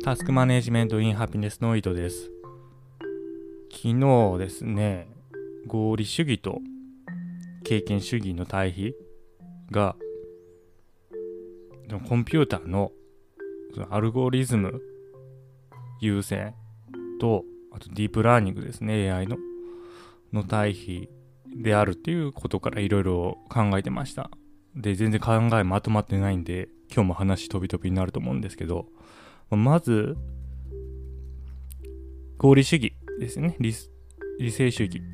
タスクマネジメントインハピネスの井戸です。昨日ですね、合理主義と経験主義の対比がコンピューターのアルゴリズム優先と、あとディープラーニングですね、 AI の対比であるっていうことからいろいろ考えてました。で、全然考えまとまってないんで今日も話飛び飛びになると思うんですけど、まず合理主義ですね。理性主義。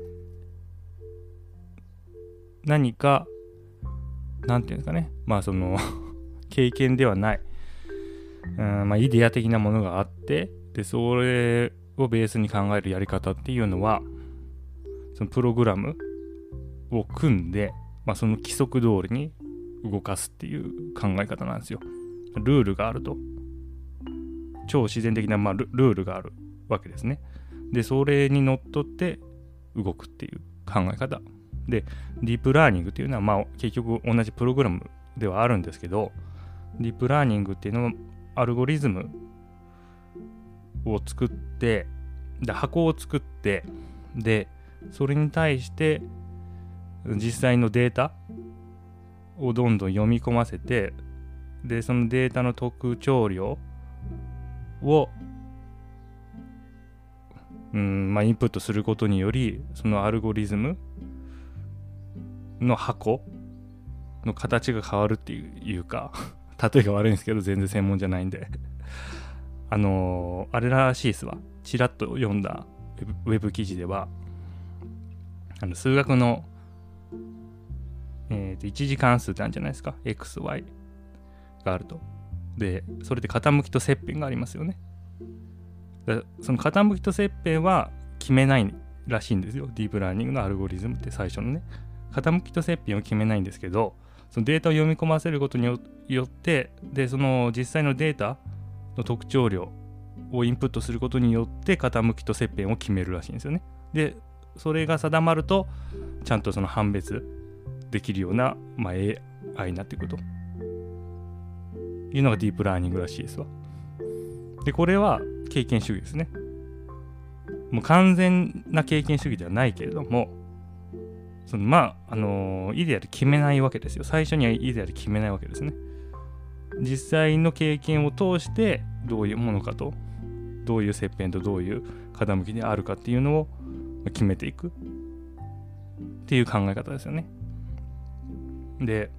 何かなんていうんですかね、経験ではない、イデア的なものがあって、でそれをベースに考えるやり方っていうのは、そのプログラムを組んで、その規則通りに動かすっていう考え方なんですよ。ルールがあると、超自然的な、ルールがあるわけですね。でそれにのっとって動くっていう考え方で、ディープラーニングっていうのは、結局同じプログラムではあるんですけど、ディープラーニングっていうのはアルゴリズムを作って、で箱を作って、でそれに対して実際のデータをどんどん読み込ませて、でそのデータの特徴量をインプットすることにより、そのアルゴリズムの箱の形が変わるっていうか例えが悪いんですけど、全然専門じゃないんであれらしいですわ。ちらっと読んだウェブ記事では、数学の、一次関数ってあるんじゃないですか。 XY があると。でそれで傾きと切片がありますよね。その傾きと切片は決めないらしいんですよ、ディープラーニングのアルゴリズムって。最初のね、傾きと切片を決めないんですけど、そのデータを読み込ませることによって、でその実際のデータの特徴量をインプットすることによって傾きと切片を決めるらしいんですよね。でそれが定まると、ちゃんとその判別できるような、AI になっていくというのがディープラーニングらしいですわ。でこれは経験主義ですね。もう完全な経験主義ではないけれども、イデアで決めないわけですよ。最初にはイデアで決めないわけですね。実際の経験を通してどういうものかと、どういう切片とどういう傾きであるかっていうのを決めていくっていう考え方ですよね。で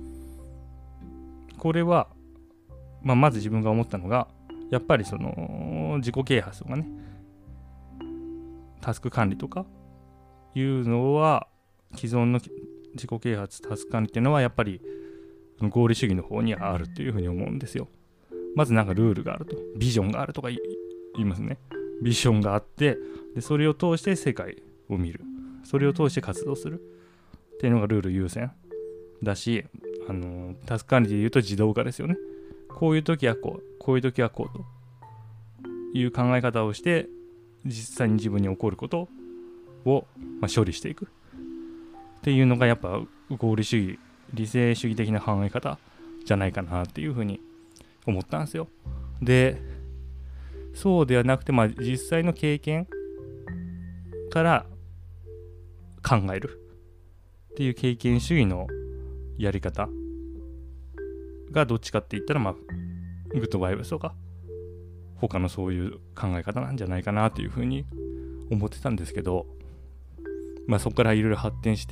これは、まず自分が思ったのが、やっぱりその自己啓発とかね、タスク管理とかいうのは、既存の自己啓発、タスク管理っていうのはやっぱり合理主義の方にあるっていうふうに思うんですよ。まずルールがあると、ビジョンがあるとか言いますね。ビジョンがあって、でそれを通して世界を見る、それを通して活動するっていうのがルール優先だし、タスク管理で言うと自動化ですよね。こういう時はこう、こういう時はこうという考え方をして、実際に自分に起こることを、処理していくっていうのがやっぱ合理主義、理性主義的な考え方じゃないかなっていうふうに思ったんですよ。でそうではなくて、実際の経験から考えるっていう経験主義のやり方がどっちかって言ったら、グッドバイブスとか他のそういう考え方なんじゃないかなっていうふうに思ってたんですけど、そこからいろいろ発展して、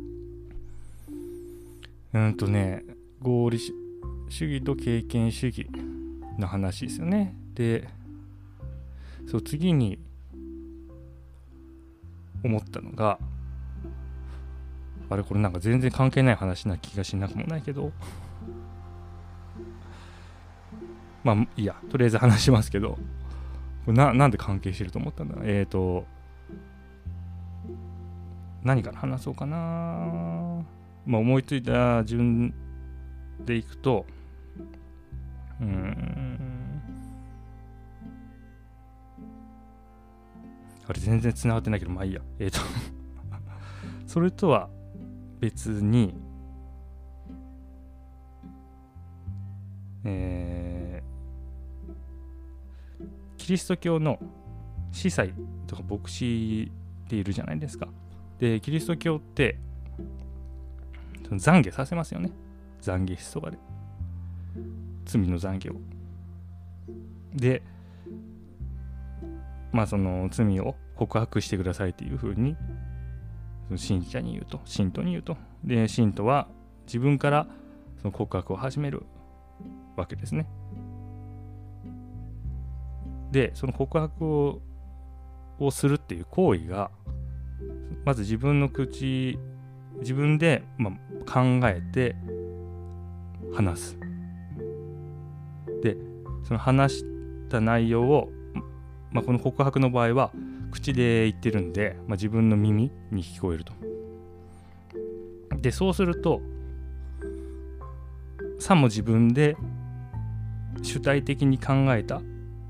合理主義と経験主義の話ですよね。で次に思ったのが、これ全然関係ない話な気がしなくもないけど、いいや、とりあえず話しますけど、これなんで関係してると思ったんだ。何から話そうかな。思いついた順でいくと、あれ全然繋がってないけど、いいや。それとは別に、 キリスト教の司祭とか牧師っているじゃないですか。でキリスト教ってその懺悔させますよね。懺悔室とかで罪の懺悔を。でその罪を告白してくださいっていう風に信者に言うと、信徒に言うと、で信徒は自分からその告白を始めるわけですね。でその告白をするっていう行為がまず自分で、考えて話す。でその話した内容を、この告白の場合は口で言ってるんで、自分の耳に聞こえると。でそうするとさも自分で主体的に考えた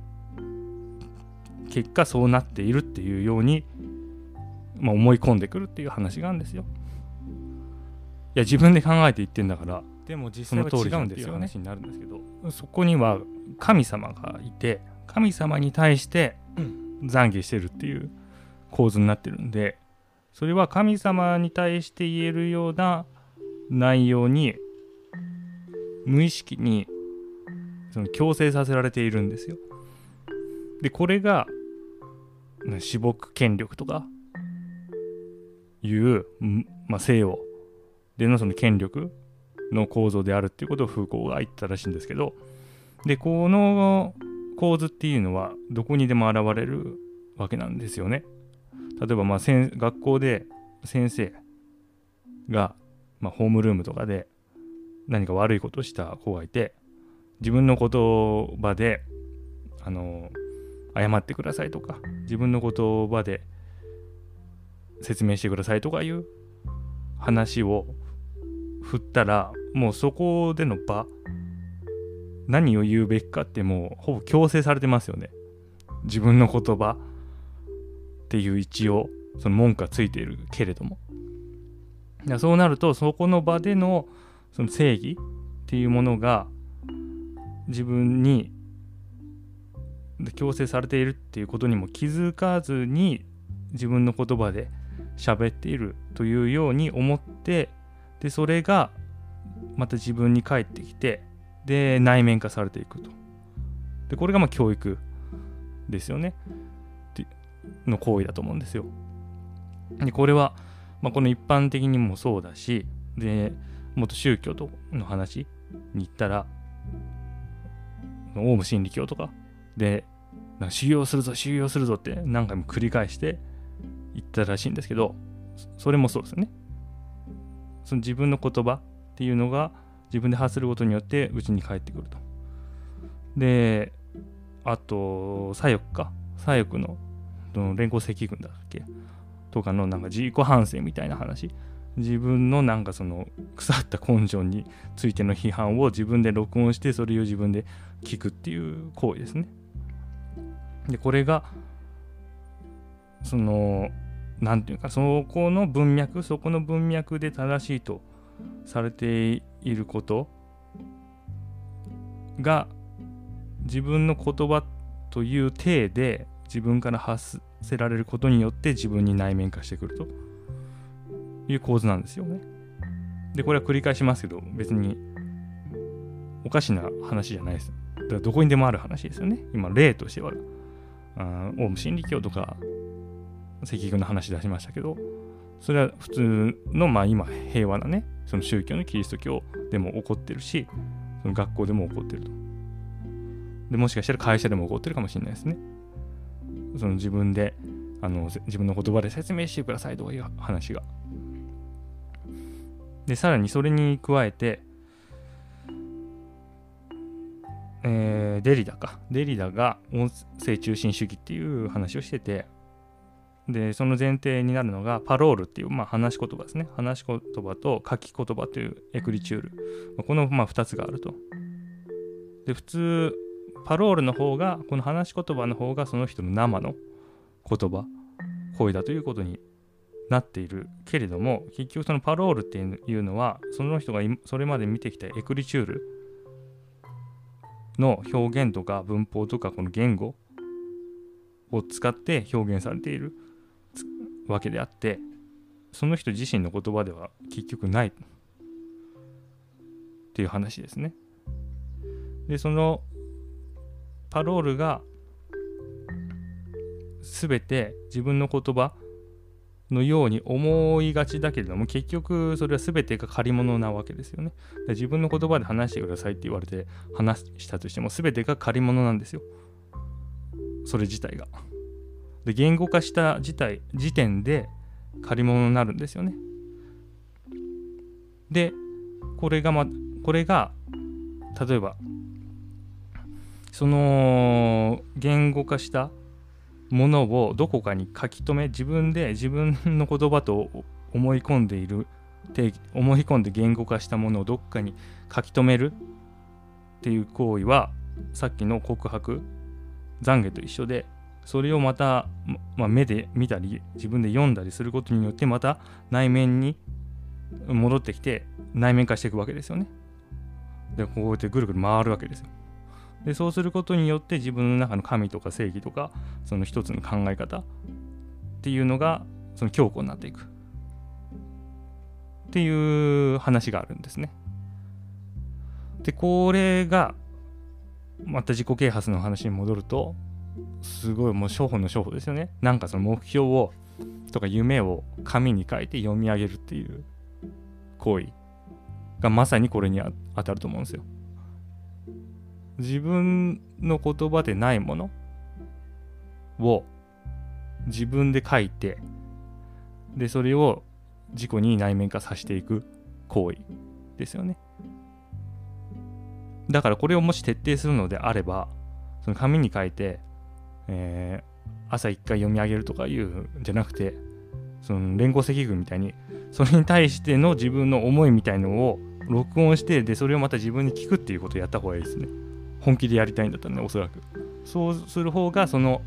結果そうなっているっていうように、思い込んでくるっていう話があるんですよ。いや自分で考えて言ってんだから、でも実際は違うんですよね。話になるんですけど、そこには神様がいて、神様に対して懺悔してるっていう構図になってるんで、それは神様に対して言えるような内容に無意識にその強制させられているんですよ。でこれが私僕権力とかいう、西洋でのその権力の構造であるっていうことをフーコーが言ったらしいんですけど、でこの構図っていうのはどこにでも現れるわけなんですよね。例えば学校で先生が、ホームルームとかで何か悪いことをした子がいて、自分の言葉で謝ってくださいとか、自分の言葉で説明してくださいとかいう話を振ったら、もうそこでの場、何を言うべきかってもうほぼ強制されてますよね。自分の言葉っていう一応その文句がついているけれども、そうなるとそこの場でのその正義っていうものが自分に強制されているっていうことにも気づかずに自分の言葉で喋っているというように思って、でそれがまた自分に返ってきて、で内面化されていくと。でこれが教育ですよねの行為だと思うんですよ。でこれは、この一般的にもそうだし、でもっと宗教の話に行ったらオウム真理教とかで修行するぞって何回も繰り返して言ったらしいんですけど、それもそうですよね。その自分の言葉っていうのが自分で発することによってうちに返ってくると。であと左翼の連合赤軍だっけとかの自己反省みたいな話、自分のその腐った根性についての批判を自分で録音して、それを自分で聞くっていう行為ですね。でこれがそのなんていうか、そこの文脈で正しいとされていることが自分の言葉という体で自分から発せられることによって自分に内面化してくるという構図なんですよね。でこれは繰り返しますけど、別におかしな話じゃないです。だからどこにでもある話ですよね。今例としてはオウム真理教とか赤軍の話出しましたけど、それは普通の今平和なね、その宗教のキリスト教でも起こってるし、その学校でも起こってると。でもしかしたら会社でも起こってるかもしれないですね。その自分で自分の言葉で説明してくださいとかいう話が。でさらにそれに加えて、デリダが音声中心主義っていう話をしてて、でその前提になるのがパロールっていう、話し言葉ですね。話し言葉と書き言葉というエクリチュール、この2つがあると。で普通パロールの方が、この話し言葉の方がその人の生の言葉声だということになっているけれども、結局そのパロールっていうのはその人がそれまで見てきたエクリチュールの表現とか文法とかこの言語を使って表現されているわけであって、その人自身の言葉では結局ないっていう話ですね。でそのパロールが全て自分の言葉のように思いがちだけれども、結局それは全てが借り物なわけですよね。で自分の言葉で話してくださいって言われて話したとしても全てが借り物なんですよ、それ自体が。で言語化した時点で借り物になるんですよね。でこれが例えばその言語化したものをどこかに書き留め、自分の言葉と思い込んで言語化したものをどっかに書き留めるっていう行為は、さっきの告白懺悔と一緒で、それをまた、目で見たり自分で読んだりすることによってまた内面に戻ってきて内面化していくわけですよね。でこうやってぐるぐる回るわけですよ。でそうすることによって自分の中の神とか正義とかその一つの考え方っていうのがその強固になっていくっていう話があるんですね。でこれがまた自己啓発の話に戻ると、すごいもう初歩の初歩ですよね。なんかその目標をとか夢を紙に書いて読み上げるっていう行為がまさにこれに当たると思うんですよ。自分の言葉でないものを自分で書いて、でそれを自己に内面化させていく行為ですよね。だからこれをもし徹底するのであれば、その紙に書いて、朝一回読み上げるとかいうんじゃなくて、その連合赤軍みたいにそれに対しての自分の思いみたいのを録音して、でそれをまた自分に聞くっていうことをやった方がいいですね。本気でやりたいんだったらね、おそらくそうする方がその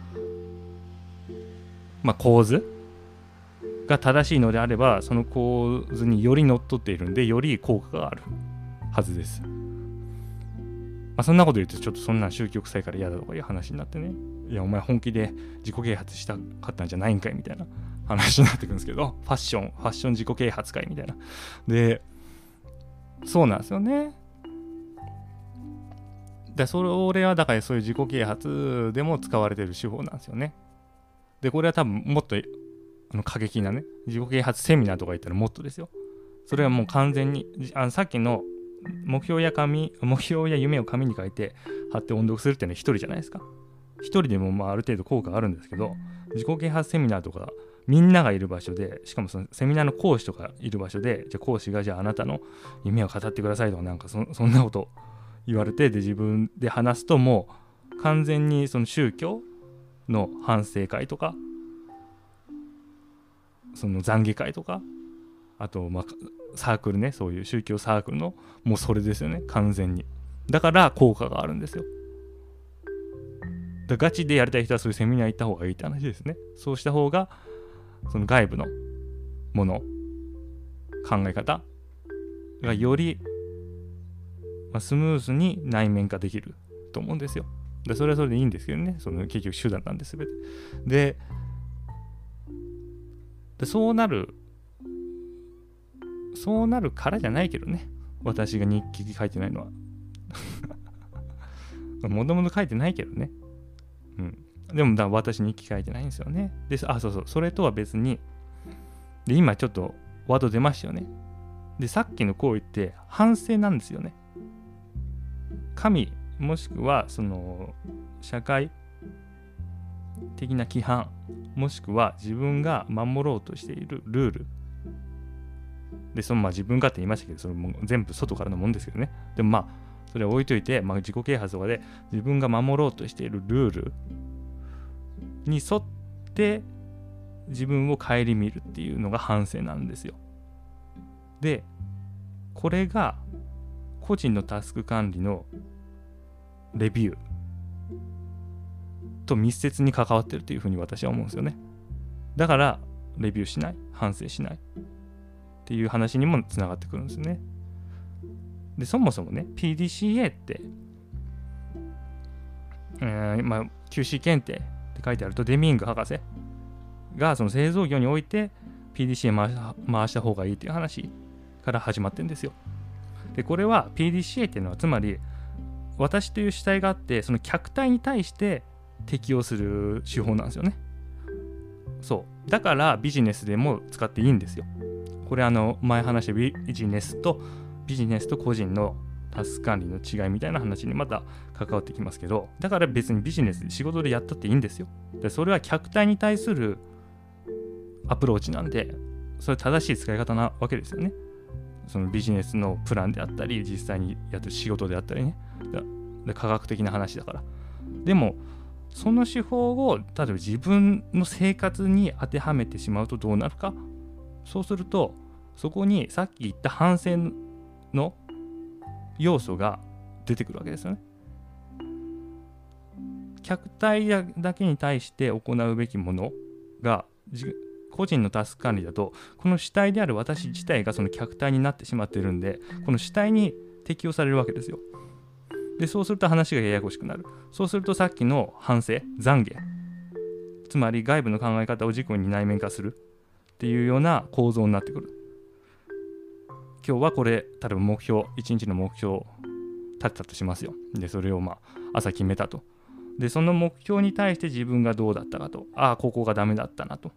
構図が正しいのであれば、その構図によりのっとっているんで、より効果があるはずです。そんなこと言うとちょっとそんな宗教臭いから嫌だとかいう話になってね、いやお前本気で自己啓発したかったんじゃないんかいみたいな話になってくるんですけど、ファッション自己啓発会みたいな。でそうなんですよね。でそれはだからそういう自己啓発でも使われている手法なんですよね。でこれは多分もっと過激なね、自己啓発セミナーとか言ったらもっとですよ。それはもう完全にさっきの目標や夢を紙に書いて貼って音読するっていうのは一人じゃないですか。一人でもある程度効果があるんですけど、自己啓発セミナーとかみんながいる場所で、しかもそのセミナーの講師とかいる場所で、じゃあ講師がじゃああなたの夢を語ってくださいとかなんかそんなこと言われて、で自分で話すともう完全にその宗教の反省会とかその懺悔会とか、あとサークルね、そういう宗教サークルのもうそれですよね、完全に。だから効果があるんですよ。だガチでやりたい人はそういうセミナー行った方がいいって話ですね。そうした方がその外部のもの、考え方がよりスムーズに内面化できると思うんですよ。でそれはそれでいいんですけどね、その結局手段なんですべて。でそうなるからじゃないけどね、私が日記書いてないのはもともと書いてないけどね。でも私日記書いてないんですよね。でそうそれとは別に、で今ちょっとワード出ましたよね。でさっきの行為って反省なんですよね。神もしくはその社会的な規範、もしくは自分が守ろうとしているルールで、その自分勝手に言いましたけど、それも全部外からのもんですけどね。でもそれを置いといて、自己啓発とかで自分が守ろうとしているルールに沿って自分を顧みるっていうのが反省なんですよ。でこれが個人のタスク管理のレビューと密接に関わってるというふうに私は思うんですよね。だからレビューしない、反省しないっていう話にもつながってくるんですね。でそもそもね PDCA って、QC 検定って書いてあると、デミイング博士がその製造業において PDCA 回した方がいいっていう話から始まってるんですよ。でこれは PDCA っていうのはつまり私という主体があって、その客体に対して適用する手法なんですよね。そうだからビジネスでも使っていいんですよ。これ前話したビジネスと個人のタスク管理の違いみたいな話にまた関わってきますけど、だから別にビジネス仕事でやったっていいんですよ。でそれは客体に対するアプローチなんで、それ正しい使い方なわけですよね。そのビジネスのプランであったり、実際にやってる仕事であったりね。で科学的な話だから。でもその手法を例えば自分の生活に当てはめてしまうとどうなるか。そうするとそこにさっき言った反省の要素が出てくるわけですよね。客体だけに対して行うべきものが個人のタスク管理だと、この主体である私自体がその客体になってしまっているんで、この主体に適用されるわけですよ。でそうすると話がややこしくなる。そうするとさっきの反省、懺悔、つまり外部の考え方を自己に内面化するっていうような構造になってくる。今日はこれ、例えば目標、一日の目標を立てたとしますよ。でそれを朝決めたと。でその目標に対して自分がどうだったかと、ここがダメだったなと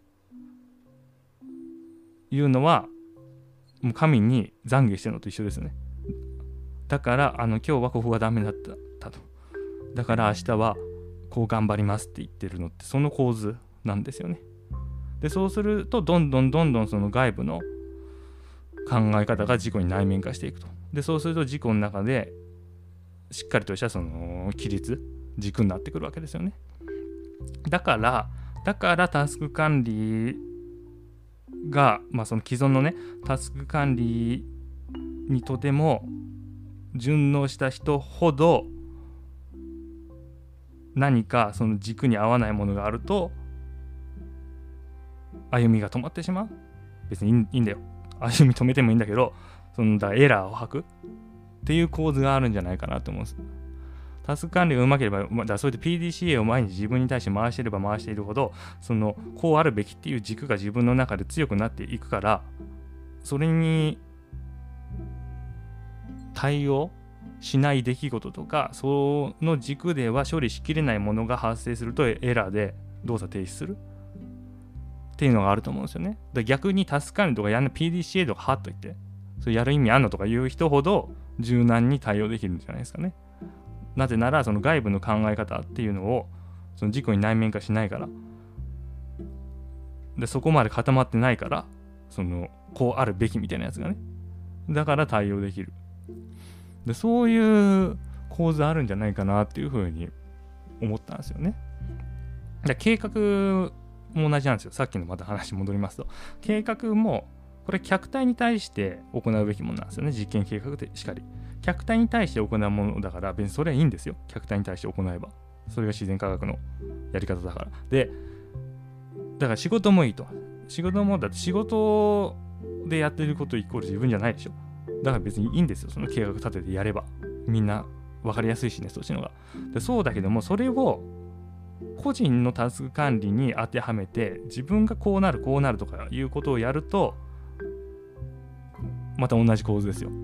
いうのは、もう神に懺悔してるのと一緒ですね。だから今日はここがダメだったと、だから明日はこう頑張りますって言ってるのって、その構図なんですよね。でそうするとどんどんその外部の考え方が自己に内面化していくと。でそうすると自己の中でしっかりとしたその規律、軸になってくるわけですよね。だからタスク管理が、その既存のねタスク管理にとても順応した人ほど、何かその軸に合わないものがあると歩みが止まってしまう。別にいいんだよ、歩み止めてもいいんだけど、エラーを吐くっていう構図があるんじゃないかなと思うんです。タスク管理がうまければ、それで PDCA を毎日自分に対して回していれば回しているほど、こうあるべきっていう軸が自分の中で強くなっていくから、それに対応しない出来事とか、その軸では処理しきれないものが発生するとエラーで動作停止するっていうのがあると思うんですよね。逆にタスク管理とかやんな PDCA とかハッと言ってそれやる意味あんのとかいう人ほど柔軟に対応できるんじゃないですかね。なぜならその外部の考え方っていうのをその自己に内面化しないから、でそこまで固まってないから、こうあるべきみたいなやつがね、だから対応できる。でそういう構図あるんじゃないかなっていうふうに思ったんですよね。計画も同じなんですよ。さっきのまた話戻りますと、計画もこれ客体に対して行うべきものなんですよね。実験計画でしかり客体に対して行うものだから、別にそれはいいんですよ。客体に対して行えばそれが自然科学のやり方だから。でだから仕事もいいと。仕事もだって仕事でやってることイコール自分じゃないでしょ。だから別にいいんですよ。その計画立ててやればみんな分かりやすいしね、そっちのが。でそうだけども、それを個人のタスク管理に当てはめて自分がこうなるとかいうことをやると、また同じ構図ですよ。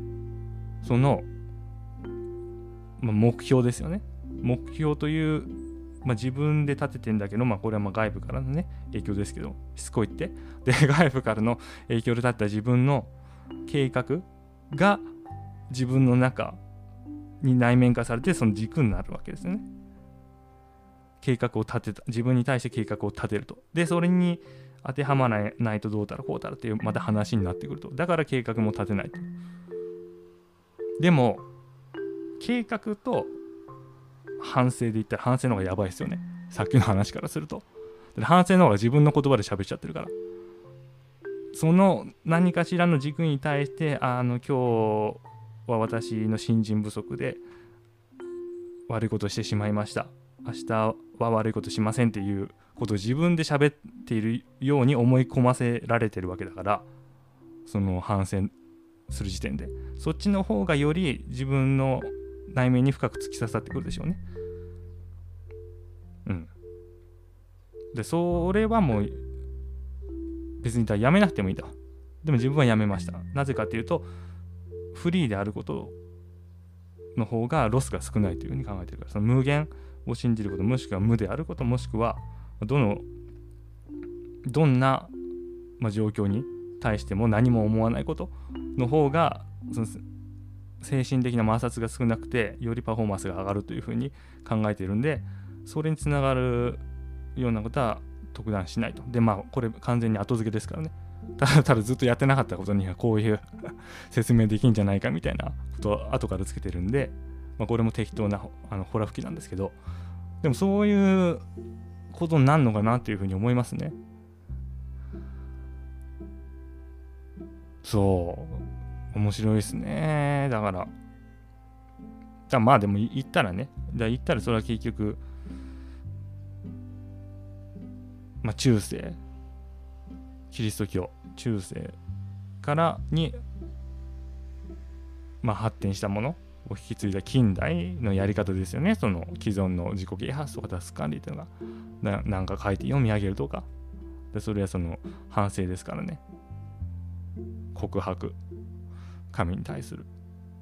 目標ですよね。目標という、自分で立ててんだけど、これは外部からのね影響ですけど、しつこいってで外部からの影響で立った自分の計画が自分の中に内面化されて、その軸になるわけですよね。計画を立てた、自分に対して計画を立てると。でそれに当てはまらないとどうたらこうたらっていうまた話になってくると。だから計画も立てないと。でも計画と反省で言ったら反省の方がやばいですよね。さっきの話からすると。反省の方が自分の言葉で喋っちゃってるから。その何かしらの軸に対して今日は私の信心不足で悪いことをしてしまいました、明日は悪いことしませんっていうことを自分で喋っているように思い込ませられてるわけだから、その反省する時点でそっちの方がより自分の内面に深く突き刺さってくるでしょうね。 でそれはもう別にやめなくてもいいと。でも自分はやめました。なぜかというとフリーであることの方がロスが少ないというふうに考えているから、その無限を信じること、もしくは無であること、もしくはどんな、状況に対しても何も思わないことの方がその精神的な摩擦が少なくてよりパフォーマンスが上がるというふうに考えているんで、それにつながるようなことは特段しないと。でこれ完全に後付けですからね。ただずっとやってなかったことにはこういう説明できんじゃないかみたいなことを後からつけてるんで、これも適当なほら吹きなんですけど、でもそういうことになるのかなっていうふうに思いますね。そう面白いですね。だからでも言ったらそれは結局中世キリスト教中世からに発展したものを引き継いだ近代のやり方ですよね。その既存の自己啓発とかタスク管理というのがなんか書いて読み上げるとかで、それはその反省ですからね。告白、神に対する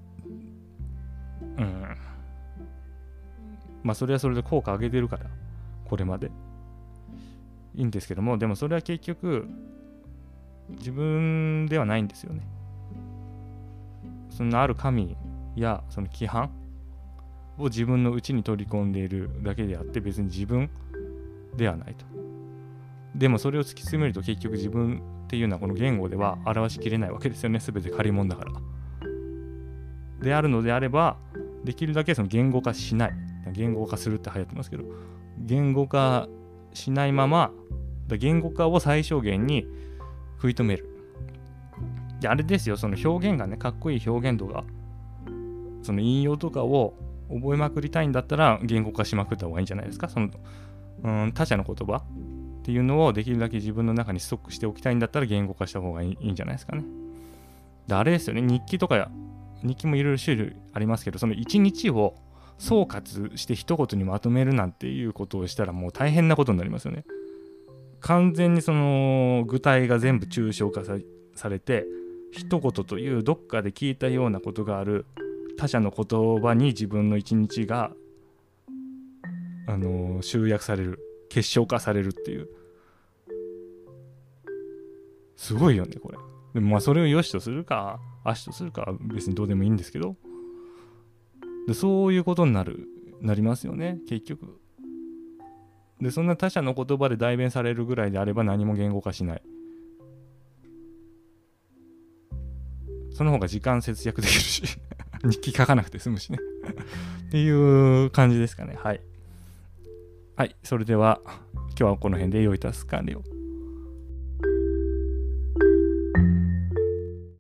それはそれで効果上げてるからこれまでいいんですけども、でもそれは結局自分ではないんですよね。そのある神やその規範を自分の内に取り込んでいるだけであって別に自分ではないと。でもそれを突き詰めると結局自分っていうのはこの言語では表しきれないわけですよね。全て仮物だから。であるのであればできるだけその言語化しない。言語化するって流行ってますけど、言語化しないまま言語化を最小限に食い止める。であれですよ、その表現がね、かっこいい表現とかその引用とかを覚えまくりたいんだったら言語化しまくった方がいいんじゃないですか。その他者の言葉っていうのをできるだけ自分の中にストックしておきたいんだったら言語化した方がいいんじゃないですかね。であれですよね、日記もいろいろ種類ありますけど、その一日を総括して一言にまとめるなんていうことをしたらもう大変なことになりますよね。完全にその具体が全部抽象化されて、一言というどっかで聞いたようなことがある他者の言葉に自分の一日が集約される、結晶化されるっていう、すごいよねこれ。でもそれを良しとするか悪しとするかは別にどうでもいいんですけど、でそういうことになりますよね結局。でそんな他者の言葉で代弁されるぐらいであれば何も言語化しない。その方が時間節約できるし日記書かなくて済むしねっていう感じですかね。はい、それでは今日はこの辺で良いタスク管理を。